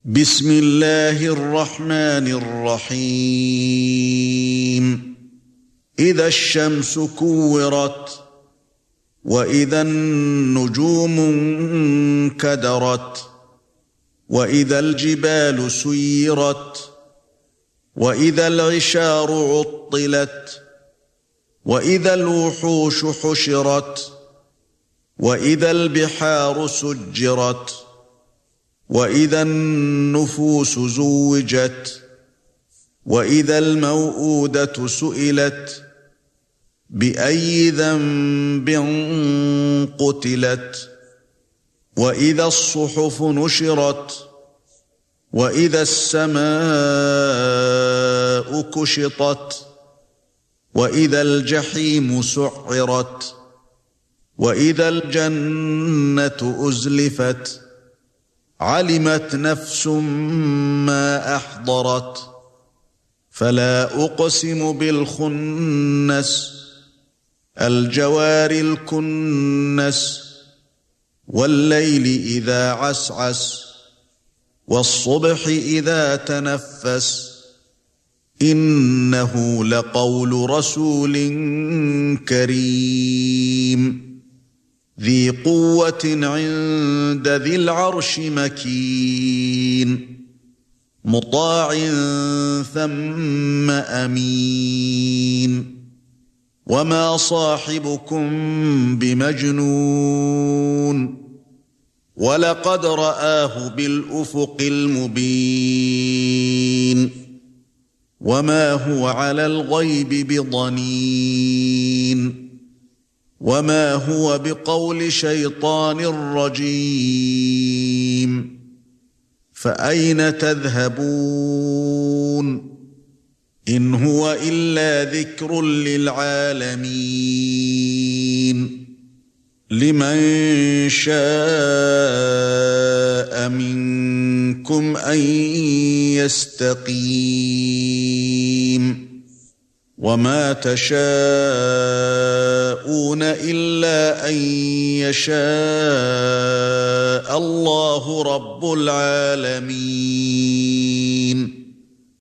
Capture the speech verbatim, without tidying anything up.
بسم الله الرحمن الرحيم إذا الشمس كورت وإذا النجوم انكدرت وإذا الجبال سيرت وإذا العشار عطلت وإذا الوحوش حشرت وإذا البحار سجرت وإذا النفوس زوجت وإذا الموءودة سئلت بأي ذنب قتلت وإذا الصحف نشرت وإذا السماء كشطت وإذا الجحيم سعرت وإذا الجنة أزلفت علمت نفس ما أحضرت فلا أقسم بالخنس الجوار الكنس والليل إذا عسعس والصبح إذا تنفس إنه لقول رسول كريم ذي قوة عند ذي العرش مكين مطاع ثم أمين وما صاحبكم بمجنون ولقد رآه بالأفق المبين وما هو على الغيب بضنين وما هو بقول شيطان رجيم فأين تذهبون إن هو إلا ذكر للعالمين لمن شاء منكم أن يستقيم وما تشاءون إلا أن يشاء الله رب العالمين.